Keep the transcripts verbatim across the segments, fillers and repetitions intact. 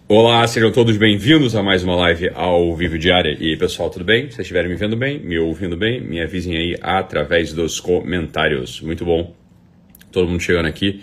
Olá, sejam todos bem-vindos a mais uma live ao vivo diária. E aí, pessoal, tudo bem? Se vocês estiverem me vendo bem, me ouvindo bem, me avisem aí através dos comentários. Muito bom. Todo mundo chegando aqui.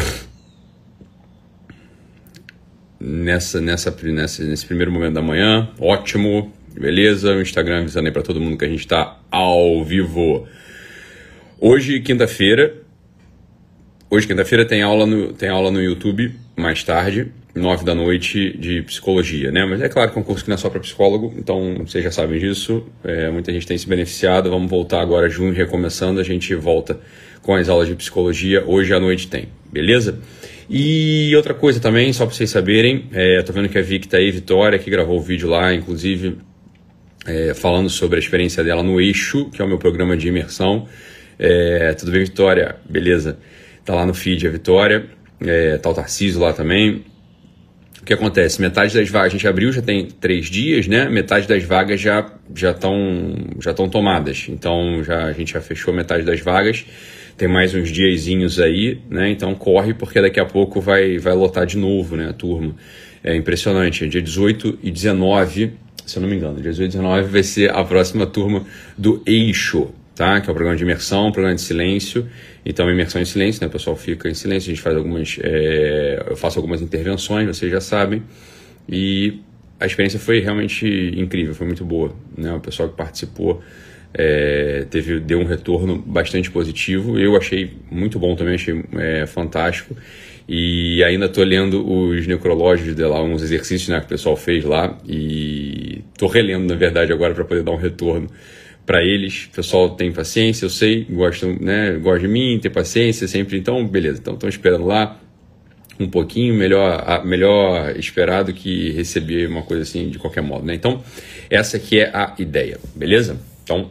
Nessa, nessa, nessa, nesse primeiro momento da manhã. Ótimo. Beleza. O Instagram avisando aí para todo mundo que a gente está ao vivo. Hoje, quinta-feira. Hoje, quinta-feira, tem aula no, tem aula no YouTube, mais tarde, nove da noite, de psicologia, né? Mas é claro que é um curso que não é só para psicólogo, então vocês já sabem disso, é, muita gente tem se beneficiado. Vamos voltar agora, junho, recomeçando, a gente volta com as aulas de psicologia, hoje à noite tem, beleza? E outra coisa também, só para vocês saberem, é, tô vendo que a Vicky tá aí, Vitória, que gravou o vídeo lá, inclusive, é, falando sobre a experiência dela no Eixo, que é o meu programa de imersão. É, tudo bem, Vitória? Beleza? Tá lá no feed a Vitória, é, tá o Tarcísio lá também. O que acontece? Metade das vagas, a gente abriu, já tem três dias, né? Metade das vagas já já estão já estão tomadas. Então já, a gente já fechou metade das vagas. Tem mais uns diazinhos aí, né? Então corre, porque daqui a pouco vai, vai lotar de novo, né, a turma. É impressionante. Dia dezoito e dezenove, se eu não me engano, dia dezoito e dezenove vai ser a próxima turma do Eixo, tá? Que é o programa de imersão, programa de silêncio. Então, imersão em silêncio, né? O pessoal fica em silêncio, a gente faz algumas... É, eu faço algumas intervenções, vocês já sabem. E a experiência foi realmente incrível, foi muito boa, né? O pessoal que participou é, teve, deu um retorno bastante positivo. Eu achei muito bom também, achei é, fantástico. E ainda estou lendo os necrológios de lá, uns exercícios, né, que o pessoal fez lá. E estou relendo, na verdade, agora para poder dar um retorno para eles. O pessoal tem paciência, eu sei, gostam, né, gostam de mim, tem paciência sempre, então beleza, então estão esperando lá um pouquinho, melhor, melhor esperar do que receber uma coisa assim de qualquer modo, né? Então essa aqui é a ideia, beleza? Então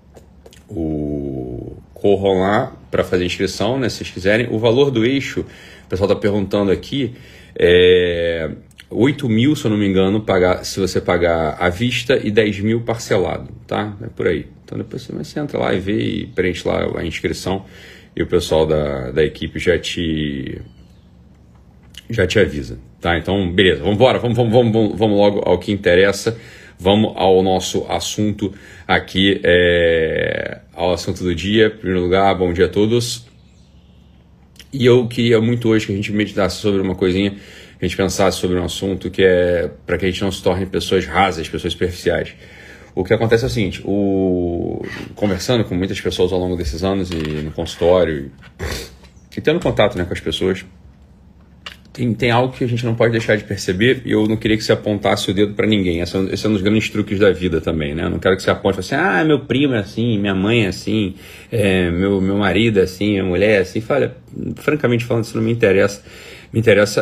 o... corram lá para fazer inscrição, né, se vocês quiserem. O valor do Eixo, o pessoal está perguntando aqui, é oito mil, se eu não me engano, pagar, se você pagar à vista, e dez mil parcelado, tá? É por aí. Então depois você entra lá e vê e preenche lá a inscrição e o pessoal da, da equipe já te, já te avisa, tá? Então, beleza, vamos embora, vamos, vamos, vamos, vamos logo ao que interessa, vamos ao nosso assunto aqui, é, ao assunto do dia. Em primeiro lugar, bom dia a todos. E eu queria muito hoje que a gente meditasse sobre uma coisinha, a gente pensasse sobre um assunto que é para que a gente não se torne pessoas rasas, pessoas superficiais. O que acontece é o seguinte, o... conversando com muitas pessoas ao longo desses anos e no consultório e, e tendo contato, né, com as pessoas, tem, tem algo que a gente não pode deixar de perceber, e eu não queria que você apontasse o dedo para ninguém. Esse é, um, esse é um dos grandes truques da vida também, né? Eu não quero que você aponte assim, ah, meu primo é assim, minha mãe é assim, é, meu, meu marido é assim, minha mulher é assim. Olha, francamente falando, isso não me interessa. Me interessa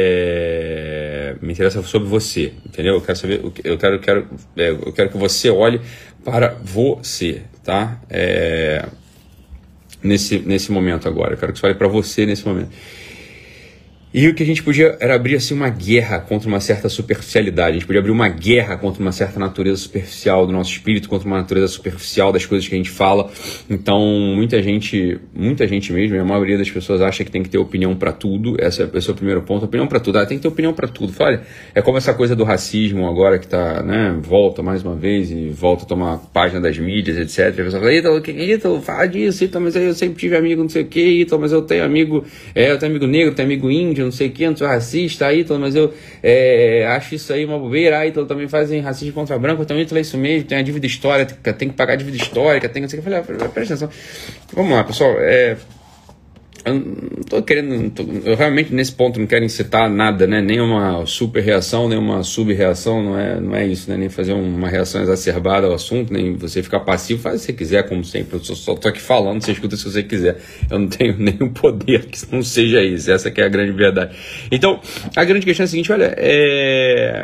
é, me interessa sobre você, entendeu? Eu quero saber, eu quero, eu quero, é, eu quero que você olhe para você, tá? É, nesse, nesse momento agora, eu quero que você olhe para você nesse momento. E o que a gente podia era abrir assim uma guerra contra uma certa superficialidade. A gente podia abrir uma guerra contra uma certa natureza superficial do nosso espírito, contra uma natureza superficial das coisas que a gente fala. Então, muita gente, muita gente mesmo, a maioria das pessoas acha que tem que ter opinião para tudo. Esse é, esse é o primeiro ponto, opinião para tudo. Ah, tem que ter opinião para tudo. Olha, é como essa coisa do racismo agora que tá, né, volta mais uma vez e volta a tomar página das mídias, etcétera. A pessoa fala, Ítalo, que Ítalo, fala disso, Ítalo, mas eu sempre tive amigo não sei o que, Ítalo, mas eu tenho amigo, é, eu tenho amigo negro, tenho amigo índio, não sei o que, não sou racista, aí, mas eu é, acho isso aí uma bobeira, aí também fazem racismo contra branco, então Ítalo é isso mesmo, tem a dívida histórica, tem que pagar a dívida histórica, tem que não sei o que. Eu falei, ah, presta atenção. Vamos lá, pessoal, é, eu não tô querendo, não tô, eu realmente nesse ponto não quero incitar nada, né, nem uma super reação, nem uma sub-reação, não é, não é isso, né, nem fazer uma reação exacerbada ao assunto, nem você ficar passivo, faz o que você quiser, como sempre, eu só, só tô aqui falando, você escuta se você quiser, eu não tenho nenhum poder que não seja isso, essa que é a grande verdade. Então, a grande questão é a seguinte, olha, é...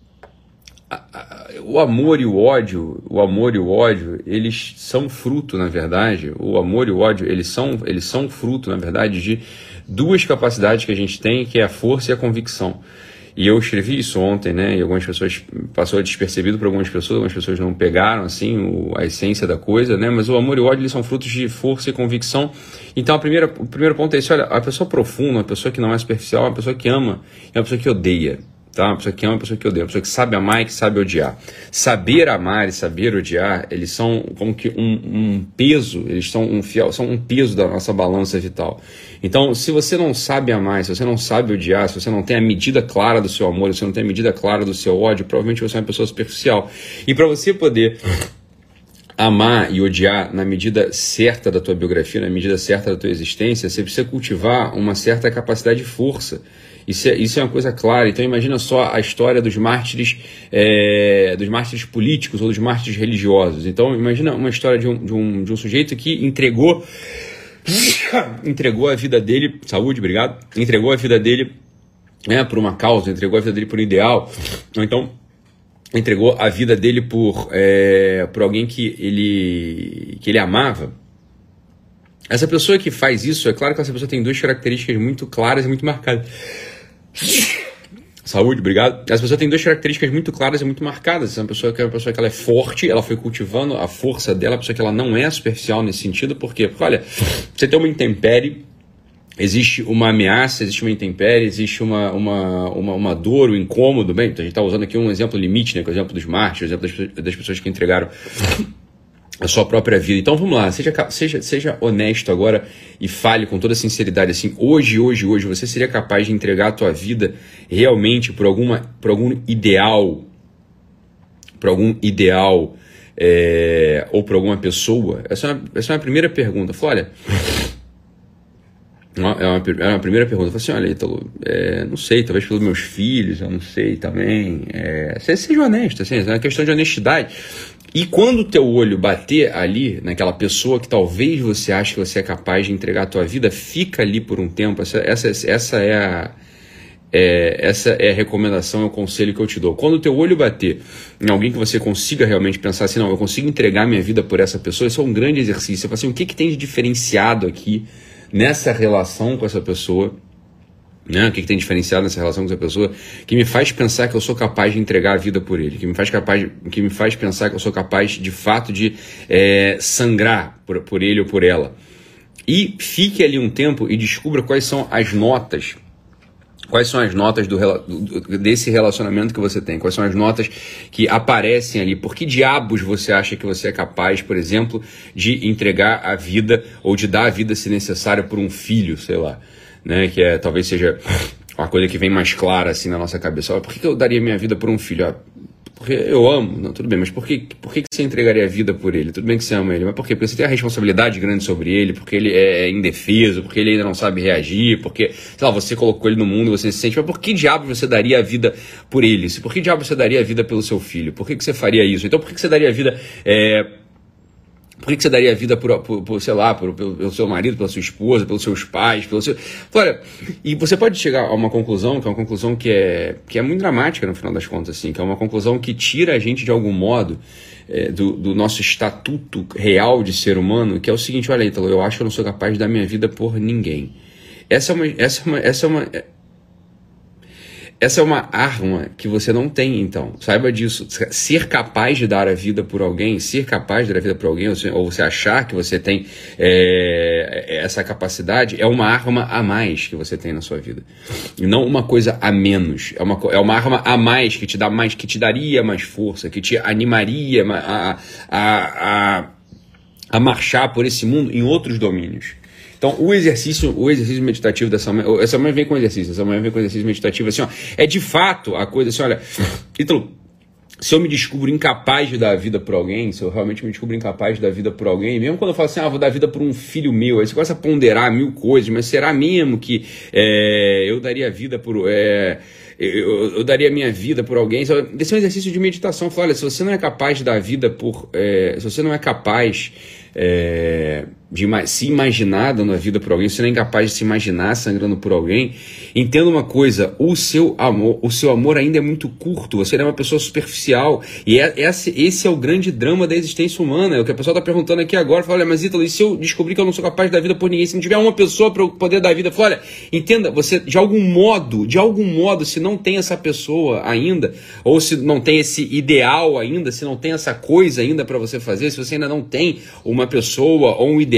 o amor e o ódio, o amor e o ódio, eles são fruto, na verdade, o amor e o ódio, eles são, eles são fruto, na verdade, de duas capacidades que a gente tem, que é a força e a convicção. E eu escrevi isso ontem, né, e algumas pessoas, passou despercebido por algumas pessoas, algumas pessoas não pegaram, assim, o, a essência da coisa, né, mas o amor e o ódio, eles são frutos de força e convicção. Então, a primeira, o primeiro ponto é esse, olha, a pessoa profunda, a pessoa que não é superficial, é uma pessoa que ama, é uma pessoa que odeia. Tá? Uma pessoa que ama, uma pessoa que odeia, uma pessoa que sabe amar e que sabe odiar. Saber amar e saber odiar, eles são como que um, um peso, eles são um fiel, são um peso da nossa balança vital. Então, se você não sabe amar, se você não sabe odiar, se você não tem a medida clara do seu amor, se você não tem a medida clara do seu ódio, provavelmente você é uma pessoa superficial. E para você poder amar e odiar na medida certa da tua biografia, na medida certa da tua existência, você precisa cultivar uma certa capacidade de força. Isso é, isso é uma coisa clara. Então imagina só a história dos mártires, é, dos mártires políticos ou dos mártires religiosos. Então imagina uma história de um, de um, de um sujeito que entregou, entregou a vida dele, saúde, obrigado, entregou a vida dele, né, por uma causa, entregou a vida dele por um ideal, ou então entregou a vida dele por, é, por alguém que ele, que ele amava. Essa pessoa que faz isso, é claro que essa pessoa tem duas características muito claras e muito marcadas. Saúde, obrigado. Essa pessoa tem duas características muito claras e muito marcadas. Essa é uma pessoa que é uma pessoa que ela é forte, ela foi cultivando a força dela, uma pessoa que ela não é superficial nesse sentido. Por quê? Porque, olha, você tem uma intempérie, existe uma ameaça, existe uma intempérie, existe uma, uma, uma, uma dor, um incômodo. Bem, então a gente está usando aqui um exemplo limite, né, que é o exemplo dos mártires, o exemplo das, das pessoas que entregaram a sua própria vida. Então vamos lá, seja, seja, seja honesto agora e fale com toda sinceridade assim, hoje, hoje, hoje, você seria capaz de entregar a tua vida realmente por, alguma, por algum ideal, por algum ideal é, ou por alguma pessoa? Essa é uma, essa é uma primeira pergunta. Fala, olha, é uma, é uma primeira pergunta. Fala assim, olha, Ítalo, é, não sei, talvez pelos meus filhos, eu não sei também. É, seja honesto, assim, é uma questão de honestidade. E quando o teu olho bater ali, naquela pessoa que talvez você ache que você é capaz de entregar a tua vida, fica ali por um tempo. Essa, essa, essa, é, a, é, essa é a recomendação, é o conselho que eu te dou. Quando o teu olho bater em alguém que você consiga realmente pensar assim, não, eu consigo entregar minha vida por essa pessoa, isso é um grande exercício. Você fala assim, o que, que tem de diferenciado aqui nessa relação com essa pessoa? Né? O que, que tem diferenciado nessa relação com essa pessoa que me faz pensar que eu sou capaz de entregar a vida por ele, que me faz, capaz, que me faz pensar que eu sou capaz de fato de é, sangrar por, por ele ou por ela. E fique ali um tempo e descubra quais são as notas, quais são as notas do, do, desse relacionamento que você tem, quais são as notas que aparecem ali. Por que diabos você acha que você é capaz, por exemplo, de entregar a vida ou de dar a vida se necessário por um filho, sei lá. Né, que é, talvez seja uma coisa que vem mais clara assim na nossa cabeça. Por que, que eu daria minha vida por um filho? Ah, porque eu amo, não, tudo bem, mas por que, por que, que você entregaria a vida por ele? Tudo bem que você ama ele, mas por quê? Porque você tem a responsabilidade grande sobre ele, porque ele é indefeso, porque ele ainda não sabe reagir, porque, sei lá, você colocou ele no mundo, você se sente, mas por que diabo você daria a vida por ele? Por que diabo você daria a vida pelo seu filho? Por que, que você faria isso? Então por que, que você daria a vida... É, Por que, que você daria a vida por, por, por sei lá, por, pelo, pelo seu marido, pela sua esposa, pelos seus pais, pelo seu... Olha, e você pode chegar a uma conclusão, que é uma conclusão que é, que é muito dramática no final das contas, assim, que é uma conclusão que tira a gente de algum modo é, do, do nosso estatuto real de ser humano, que é o seguinte, olha, Ítalo, eu acho que eu não sou capaz de dar minha vida por ninguém. Essa é uma... Essa é uma, essa é uma Essa é uma arma que você não tem, então. Saiba disso. Ser capaz de dar a vida por alguém, ser capaz de dar a vida por alguém, ou você achar que você tem é, essa capacidade, é uma arma a mais que você tem na sua vida. E não uma coisa a menos. É uma, é uma arma a mais que te dá mais, que te daria mais força, que te animaria a, a, a, a marchar por esse mundo em outros domínios. Então, o exercício, o exercício meditativo dessa manhã, essa manhã vem com exercício, essa manhã vem com exercício meditativo, assim, ó, é de fato a coisa assim, olha, então, se eu me descubro incapaz de dar a vida por alguém, se eu realmente me descubro incapaz de dar a vida por alguém, mesmo quando eu falo assim, ah, vou dar a vida por um filho meu, aí você começa a ponderar mil coisas, mas será mesmo que é, eu daria a vida por... É, eu, eu daria a minha vida por alguém? Esse é um exercício de meditação. Fala, olha, se você não é capaz de dar a vida por... É, se você não é capaz... É, de se imaginar dando a vida por alguém, se não é incapaz de se imaginar sangrando por alguém, entenda uma coisa, o seu amor, o seu amor ainda é muito curto, você é uma pessoa superficial, e é, esse, esse é o grande drama da existência humana, é o que a pessoa está perguntando aqui agora. Fala, olha, mas Ítalo, e se eu descobrir que eu não sou capaz de dar vida por ninguém, se não tiver uma pessoa para eu poder dar vida? Fala, olha, entenda, você de algum modo, de algum modo, se não tem essa pessoa ainda, ou se não tem esse ideal ainda, se não tem essa coisa ainda para você fazer, se você ainda não tem uma pessoa ou um ideal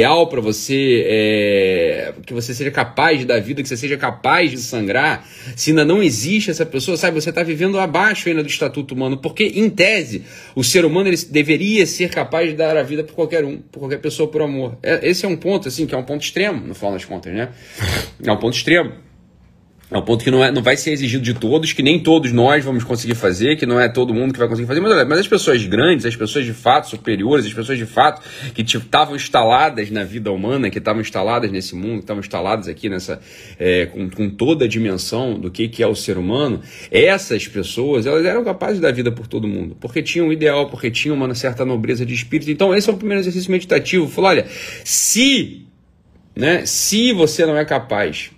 ideal para você, é, que você seja capaz de dar vida, que você seja capaz de sangrar, se ainda não existe essa pessoa, sabe, você está vivendo abaixo ainda do estatuto humano, porque, em tese, o ser humano ele deveria ser capaz de dar a vida por qualquer um, por qualquer pessoa, por amor. É, esse é um ponto, assim, que é um ponto extremo, no final das contas, né? É um ponto extremo. É um ponto que não, é, não vai ser exigido de todos, que nem todos nós vamos conseguir fazer, que não é todo mundo que vai conseguir fazer, mas, olha, mas as pessoas grandes, as pessoas de fato superiores, as pessoas de fato que estavam instaladas na vida humana, que estavam instaladas nesse mundo, que estavam instaladas aqui nessa, é, com, com toda a dimensão do que, que é o ser humano, essas pessoas, elas eram capazes de dar vida por todo mundo, porque tinham um ideal, porque tinham uma certa nobreza de espírito. Então esse é o primeiro exercício meditativo. Falou, olha, se, né, se você não é capaz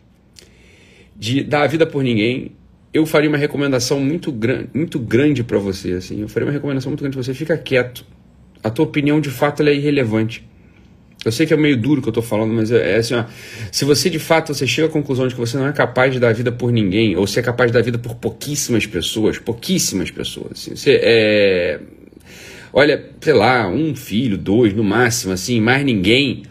de dar a vida por ninguém, eu faria uma recomendação muito, gran muito grande para você, assim, eu faria uma recomendação muito grande para você, fica quieto, a tua opinião de fato ela é irrelevante. Eu sei que é meio duro o que eu estou falando, mas é, é assim, ó, se você de fato você chega à conclusão de que você não é capaz de dar a vida por ninguém, ou você é capaz de dar a vida por pouquíssimas pessoas, pouquíssimas pessoas, assim, você é... olha, sei lá, um filho, dois, no máximo, assim, mais ninguém.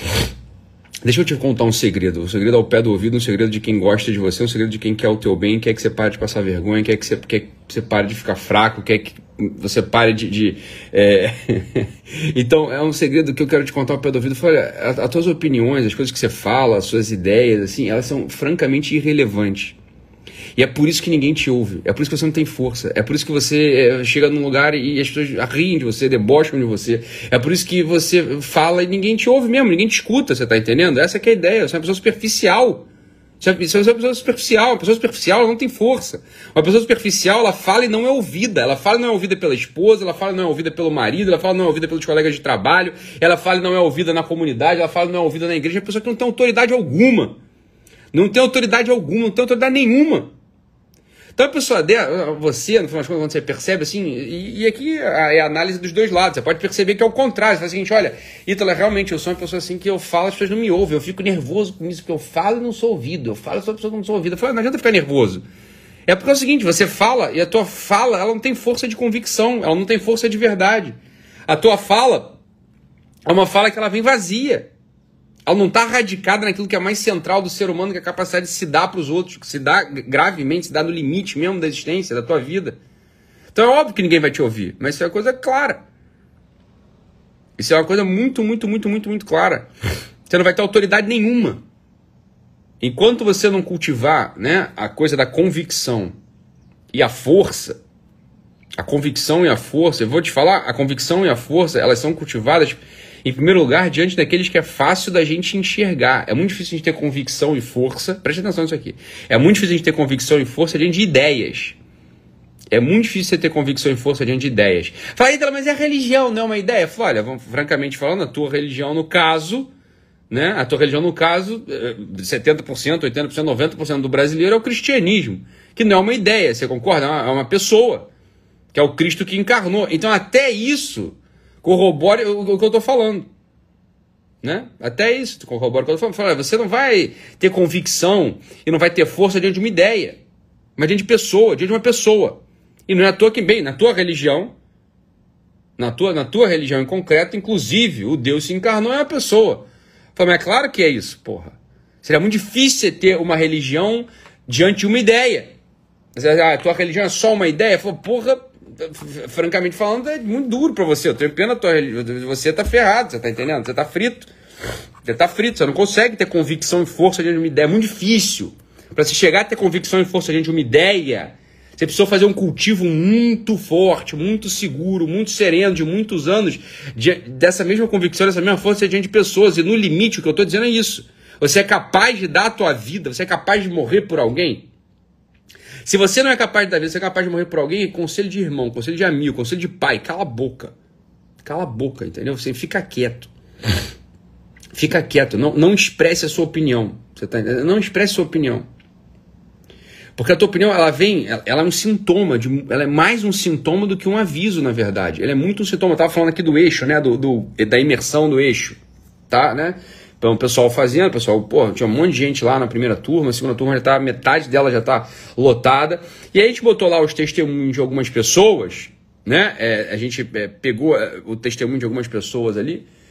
Deixa eu te contar um segredo, um segredo ao pé do ouvido, um segredo de quem gosta de você, um segredo de quem quer o teu bem, quer que você pare de passar vergonha, quer que você, quer que você pare de ficar fraco, quer que você pare de... de é... Então, é um segredo que eu quero te contar ao pé do ouvido. Olha, as tuas opiniões, as coisas que você fala, as suas ideias, assim, elas são francamente irrelevantes. E é por isso que ninguém te ouve, é por isso que você não tem força, é por isso que você é, chega num lugar e as pessoas riem de você, debocham de você, é por isso que você fala e ninguém te ouve mesmo, ninguém te escuta, você tá entendendo? Essa que é a ideia, você é uma pessoa superficial, você é uma pessoa superficial, uma pessoa superficial ela não tem força, uma pessoa superficial ela fala e não é ouvida, ela fala e não é ouvida pela esposa, ela fala e não é ouvida pelo marido, ela fala e não é ouvida pelos colegas de trabalho, ela fala e não é ouvida na comunidade, ela fala e não é ouvida na igreja, é uma pessoa que não tem autoridade alguma, não tem autoridade alguma, não tem autoridade nenhuma. Então a pessoa dela, você, no final das contas, quando você percebe assim, e, e aqui é a análise dos dois lados, você pode perceber que é o contrário, você fala o seguinte, olha, Ítalo, realmente eu sou uma pessoa assim que eu falo, as pessoas não me ouvem, eu fico nervoso com isso, porque eu falo e não sou ouvido, eu falo e sou uma pessoa que não sou ouvida. Eu falo, não adianta ficar nervoso. É porque é o seguinte, você fala e a tua fala, ela não tem força de convicção, ela não tem força de verdade. A tua fala é uma fala que ela vem vazia. Ela não está radicada naquilo que é mais central do ser humano, que é a capacidade de se dar para os outros, que se dá gravemente, se dá no limite mesmo da existência, da tua vida. Então é óbvio que ninguém vai te ouvir, mas isso é uma coisa clara. Isso é uma coisa muito, muito, muito, muito, muito clara. Você não vai ter autoridade nenhuma. Enquanto você não cultivar, né, a coisa da convicção e a força, a convicção e a força, eu vou te falar, a convicção e a força, elas são cultivadas em primeiro lugar, diante daqueles que é fácil da gente enxergar. É muito difícil a gente ter convicção e força. Preste atenção nisso aqui. É muito difícil a gente ter convicção e força diante de ideias. É muito difícil você ter convicção e força diante de ideias. Fala, Ítalo, mas é a religião, não é uma ideia? Fala, olha, vamos, francamente falando, a tua religião, no caso, né? A tua religião, no caso, setenta por cento, oitenta por cento, noventa por cento do brasileiro é o cristianismo. Que não é uma ideia, você concorda? É uma, é uma pessoa. Que é o Cristo que encarnou. Então, até isso corrobore o, o que eu estou falando, né? Até isso tu corrobora o que eu estou falando. Você não vai ter convicção e não vai ter força diante de uma ideia, mas diante de pessoa, diante de uma pessoa. E não é à toa que, bem, na tua religião, na tua, na tua religião em concreto, inclusive, o Deus se encarnou é uma pessoa. Fala, mas é claro que é isso, porra. Seria muito difícil você ter uma religião diante de uma ideia. A tua religião é só uma ideia? Fala, porra, francamente falando, é muito duro pra você. Eu tenho pena da tua religião. Você tá ferrado, você tá entendendo? Você tá frito. Você tá frito, você não consegue ter convicção e força diante de uma ideia. É muito difícil. Pra se chegar a ter convicção e força diante de uma ideia, você precisou fazer um cultivo muito forte, muito seguro, muito sereno, de muitos anos, de, dessa mesma convicção, dessa mesma força diante de pessoas. E no limite, o que eu tô dizendo é isso. Você é capaz de dar a tua vida, você é capaz de morrer por alguém? Se você não é capaz de dar vida, você é capaz de morrer por alguém, conselho de irmão, conselho de amigo, conselho de pai, cala a boca. Cala a boca, entendeu? Você fica quieto. Fica quieto, não, não expresse a sua opinião. Você tá entendendo? Não expresse a sua opinião. Porque a tua opinião, ela vem, ela é um sintoma, de, ela é mais um sintoma do que um aviso, na verdade. Ela é muito um sintoma. Eu estava falando aqui do eixo, né? Do, do, da imersão do eixo, tá, né? Então o pessoal fazendo, o pessoal, pô, tinha um monte de gente lá na primeira turma, na segunda turma já tá, metade dela já tá lotada. E aí a gente botou lá os testemunhos de algumas pessoas, né? É, a gente é, pegou é, o testemunho de algumas pessoas ali,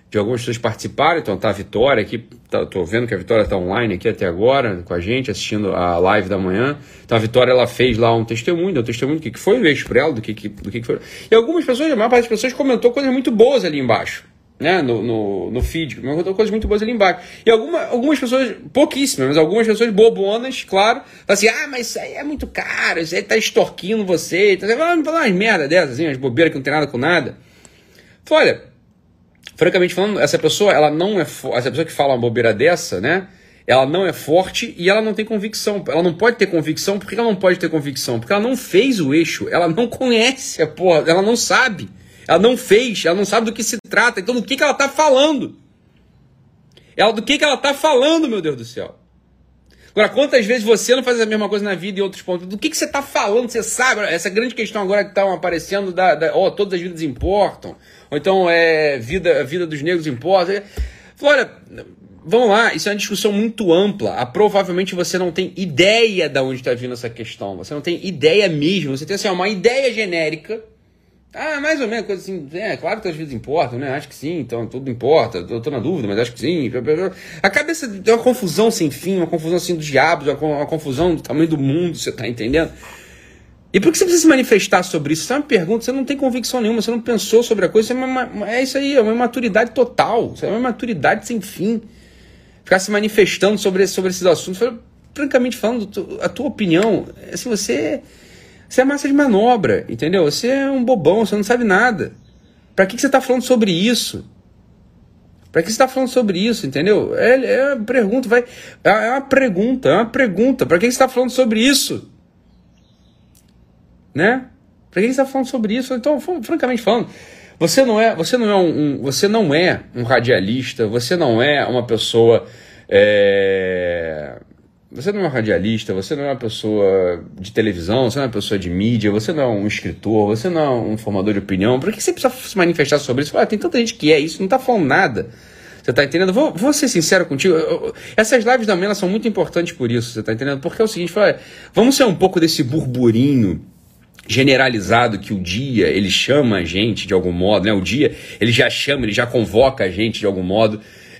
de algumas pessoas participarem. Então tá a Vitória aqui, tá, tô vendo que a Vitória tá online aqui até agora com a gente, assistindo a live da manhã. Então a Vitória, ela fez lá um testemunho, deu um testemunho do que, que foi o eixo para ela, do que, que, do que, que foi. E algumas pessoas, a maior parte das pessoas comentou coisas muito boas ali embaixo, né, no, no, no feed, comentou coisas muito boas ali embaixo. E alguma, algumas pessoas, pouquíssimas, mas algumas pessoas bobonas, claro, falam assim, ah, mas isso aí é muito caro, isso aí tá extorquindo você, então, vamos falar umas merda dessas, assim, umas bobeiras que não tem nada com nada. Falei, olha, francamente falando, essa pessoa, ela não é fo- essa pessoa que fala uma bobeira dessa, né, ela não é forte e ela não tem convicção. Ela não pode ter convicção. Por que ela não pode ter convicção? Porque ela não fez o eixo, ela não conhece a porra, ela não sabe. Ela não fez, ela não sabe do que se trata. Então, do que, que ela está falando? Ela, do que, que ela está falando, meu Deus do céu? Agora, quantas vezes você não faz a mesma coisa na vida e outros pontos? Do que, que você está falando? Você sabe? Essa grande questão agora que está aparecendo, da, da, oh, todas as vidas importam. Ou então, é, vida, a vida dos negros importa. Olha, vamos lá, isso é uma discussão muito ampla. Ah, provavelmente você não tem ideia de onde está vindo essa questão. Você não tem ideia mesmo. Você tem assim, uma ideia genérica. Ah, mais ou menos, coisa assim, é claro que as vidas importam, né? Acho que sim, então tudo importa, eu tô na dúvida, mas acho que sim. A cabeça é uma confusão sem fim, uma confusão assim dos diabos, uma confusão do tamanho do mundo, você tá entendendo? E por que você precisa se manifestar sobre isso? Isso é uma pergunta, você não tem convicção nenhuma, você não pensou sobre a coisa, isso é, uma, é isso aí, é uma imaturidade total, isso é uma imaturidade sem fim. Ficar se manifestando sobre, sobre esses assuntos, francamente falando, a tua opinião, assim, você... Você é massa de manobra, entendeu? Você é um bobão, você não sabe nada. Pra que, que você tá falando sobre isso? Pra que você tá falando sobre isso, entendeu? É, é uma pergunta, vai. É uma pergunta, é uma pergunta. Pra que, que você tá falando sobre isso? Né? Pra que, que você tá falando sobre isso? Então, francamente falando, você não é, você não é um, um, você não é um radialista, você não é uma pessoa. É... Você não é um radialista, você não é uma pessoa de televisão, você não é uma pessoa de mídia, você não é um escritor, você não é um formador de opinião. Por que você precisa se manifestar sobre isso? Ah, tem tanta gente que é isso, não tá falando nada. Você tá entendendo? Vou, vou ser sincero contigo. Eu, eu, essas lives da manhã são muito importantes por isso, você tá entendendo? Porque é o seguinte, fala, vamos ser um pouco desse burburinho generalizado que o dia, ele chama a gente de algum modo, né? O dia, ele já chama, ele já convoca a gente de algum modo.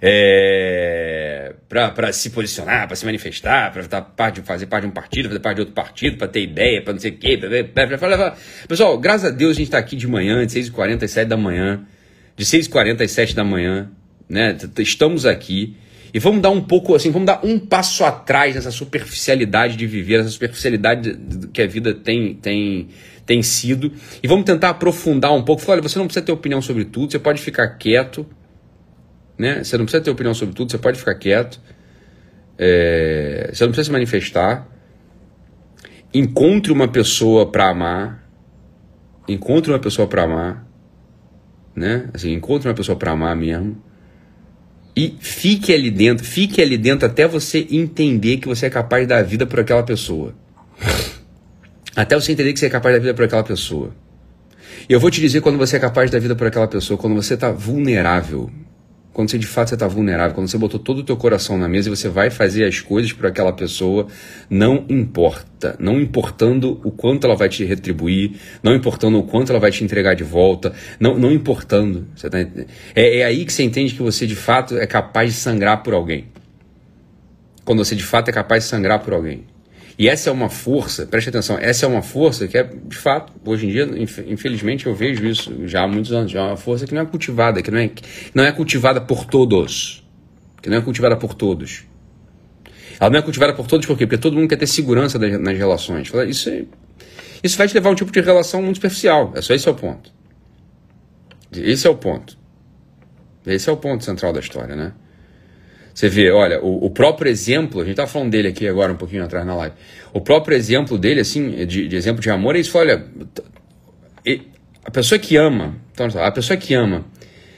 É, para se posicionar, para se manifestar, para fazer parte de um partido, fazer parte de outro partido, para ter ideia, para não sei o quê. Pra, pra, pra, pra. Pessoal, graças a Deus a gente está aqui de manhã, de seis e quarenta e sete da manhã, de seis e quarenta e sete da manhã, né? Estamos aqui e vamos dar um pouco assim, vamos dar um passo atrás nessa superficialidade de viver, essa superficialidade que a vida tem, tem, tem sido, e vamos tentar aprofundar um pouco. Falar, olha, você não precisa ter opinião sobre tudo, você pode ficar quieto. Né? Você não precisa ter opinião sobre tudo, você pode ficar quieto, é, você não precisa se manifestar. Encontre uma pessoa para amar, encontre uma pessoa para amar, né? Assim, encontre uma pessoa para amar mesmo, e fique ali dentro, fique ali dentro até você entender que você é capaz de dar a vida por aquela pessoa, até você entender que você é capaz de dar a vida por aquela pessoa. E eu vou te dizer quando você é capaz de dar a vida por aquela pessoa, quando você está vulnerável. Quando você de fato está vulnerável, quando você botou todo o teu coração na mesa e você vai fazer as coisas por aquela pessoa, não importa. Não importando o quanto ela vai te retribuir, não importando o quanto ela vai te entregar de volta, não, não importando. Você tá, é, é aí que você entende que você de fato é capaz de sangrar por alguém. Quando você de fato é capaz de sangrar por alguém. E essa é uma força, preste atenção, essa é uma força que é, de fato, hoje em dia, infelizmente eu vejo isso já há muitos anos, já é uma força que não é cultivada, que não é, que não é cultivada por todos, que não é cultivada por todos. Ela não é cultivada por todos por quê? Porque todo mundo quer ter segurança das, nas relações. Isso, é, isso vai te levar a um tipo de relação muito superficial, é só esse é o ponto. Esse é o ponto. Esse é o ponto central da história, né? Você vê, olha, o, o próprio exemplo, a gente estava falando dele aqui agora um pouquinho atrás na live, o próprio exemplo dele, assim, de, de exemplo de amor, é isso, olha, a pessoa que ama, então, a pessoa que ama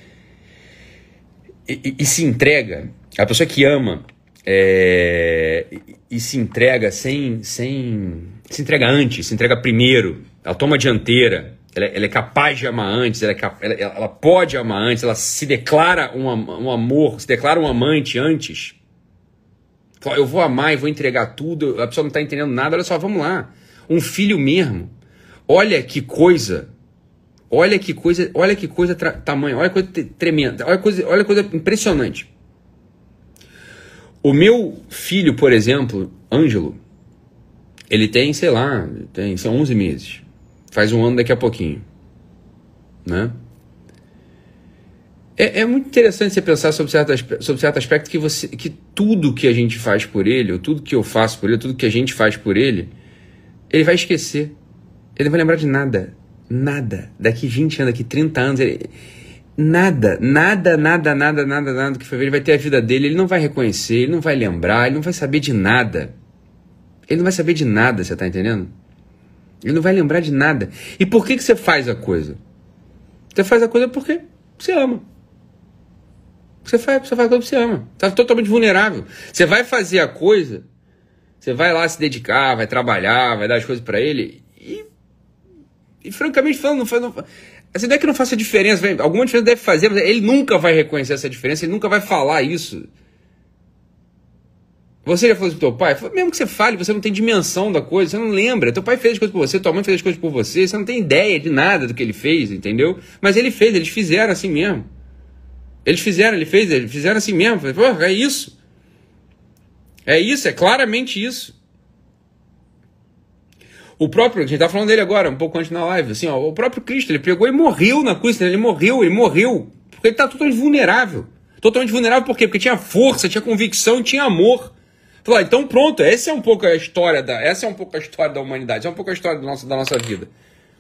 e, e, e se entrega, a pessoa que ama é, e, e se entrega sem, sem, se entrega antes, se entrega primeiro, ela toma a dianteira, Ela, ela é capaz de amar antes, ela, é cap... ela, ela pode amar antes, ela se declara um, um amor, se declara um amante antes. Fala, eu vou amar e vou entregar tudo, a pessoa não está entendendo nada, olha só, vamos lá. Um filho mesmo, olha que coisa, Olha que coisa, olha que coisa tamanho, olha que coisa tremenda, olha coisa, olha coisa impressionante. O meu filho, por exemplo, Ângelo, ele tem, sei lá, tem são onze meses. Faz um ano daqui a pouquinho, né? É, é muito interessante você pensar sobre certo, sobre certo aspecto que, você, que tudo que a gente faz por ele, ou tudo que eu faço por ele, tudo que a gente faz por ele, ele vai esquecer. Ele não vai lembrar de nada. Nada. Daqui vinte anos, daqui trinta anos, ele, nada, nada, nada, nada, nada, nada que foi ver. Ele vai ter a vida dele, ele não vai reconhecer, ele não vai lembrar, ele não vai saber de nada. Ele não vai saber de nada, você tá entendendo? Ele não vai lembrar de nada. E por que, que você faz a coisa? Você faz a coisa porque você ama. Você faz, você faz a coisa porque você ama. Está totalmente vulnerável. Você vai fazer a coisa, você vai lá se dedicar, vai trabalhar, vai dar as coisas para ele e, e francamente falando, não faz, não, assim, não é que não faça diferença, alguma diferença deve fazer, mas ele nunca vai reconhecer essa diferença, ele nunca vai falar isso. Você já falou isso pro teu pai? Mesmo que você fale, você não tem dimensão da coisa, você não lembra. Teu pai fez as coisas por você, tua mãe fez as coisas por você, você não tem ideia de nada do que ele fez, entendeu? Mas ele fez, eles fizeram assim mesmo. Eles fizeram, ele fez, eles fizeram assim mesmo. Falei, pô, é isso. É isso, é claramente isso. O próprio, a gente tá falando dele agora, um pouco antes na live, assim, ó, o próprio Cristo, ele pegou e morreu na cruz, ele morreu, ele morreu, porque ele tá totalmente vulnerável. Totalmente vulnerável por quê? Porque tinha força, tinha convicção, tinha amor. Falei, então pronto, essa é um pouco a história da, essa é um pouco a história da humanidade, essa é um pouco a história do nosso, da nossa vida.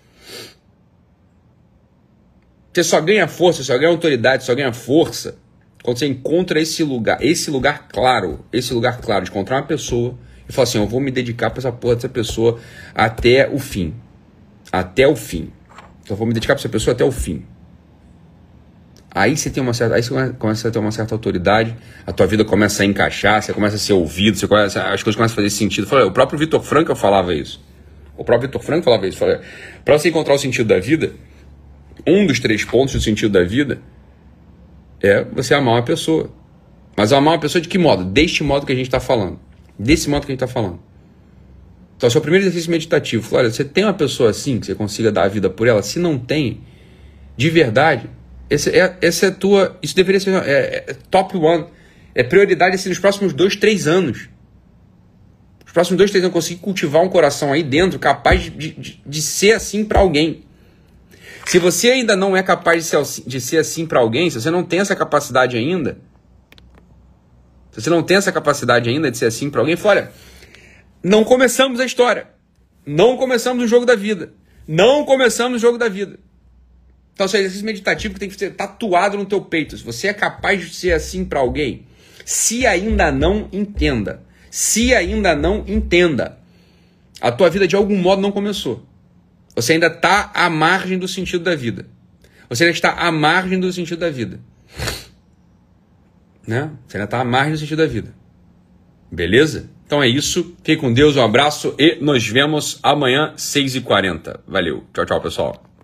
Você só ganha força, só ganha autoridade, só ganha força quando você encontra esse lugar, esse lugar claro, esse lugar claro de encontrar uma pessoa e falar assim, eu vou me dedicar para essa porra dessa pessoa até o fim. Até o fim. Então eu vou me dedicar para essa pessoa até o fim. Aí você tem uma certa, aí você começa a ter uma certa autoridade, a tua vida começa a encaixar, você começa a ser ouvido, você começa, as coisas começam a fazer sentido. O próprio Vitor Frankl falava isso. O próprio Vitor Frankl falava isso. Para você encontrar o sentido da vida, um dos três pontos do sentido da vida é você amar uma pessoa. Mas amar uma pessoa de que modo? Deste modo que a gente está falando. Desse modo que a gente está falando. Então, seu primeiro exercício meditativo. Olha, você tem uma pessoa assim que você consiga dar a vida por ela? Se não tem, de verdade, essa é, essa é a tua... Isso deveria ser é, é top one. É prioridade assim, nos próximos dois, três anos. Nos próximos dois, três anos, conseguir cultivar um coração aí dentro capaz de, de, de ser assim para alguém. Se você ainda não é capaz de ser, de ser assim para alguém, se você não tem essa capacidade ainda, se você não tem essa capacidade ainda de ser assim para alguém, fala, olha, não começamos a história. Não começamos o jogo da vida. Não começamos o jogo da vida. Então, esse exercício meditativo que tem que ser tatuado no teu peito. Se você é capaz de ser assim para alguém, se ainda não entenda. Se ainda não entenda. A tua vida de algum modo não começou. Você ainda está à margem do sentido da vida. Você ainda está à margem do sentido da vida. Né? Você ainda está à margem do sentido da vida. Beleza? Então é isso. Fique com Deus, um abraço e nos vemos amanhã, seis e quarenta. Valeu. Tchau, tchau, pessoal.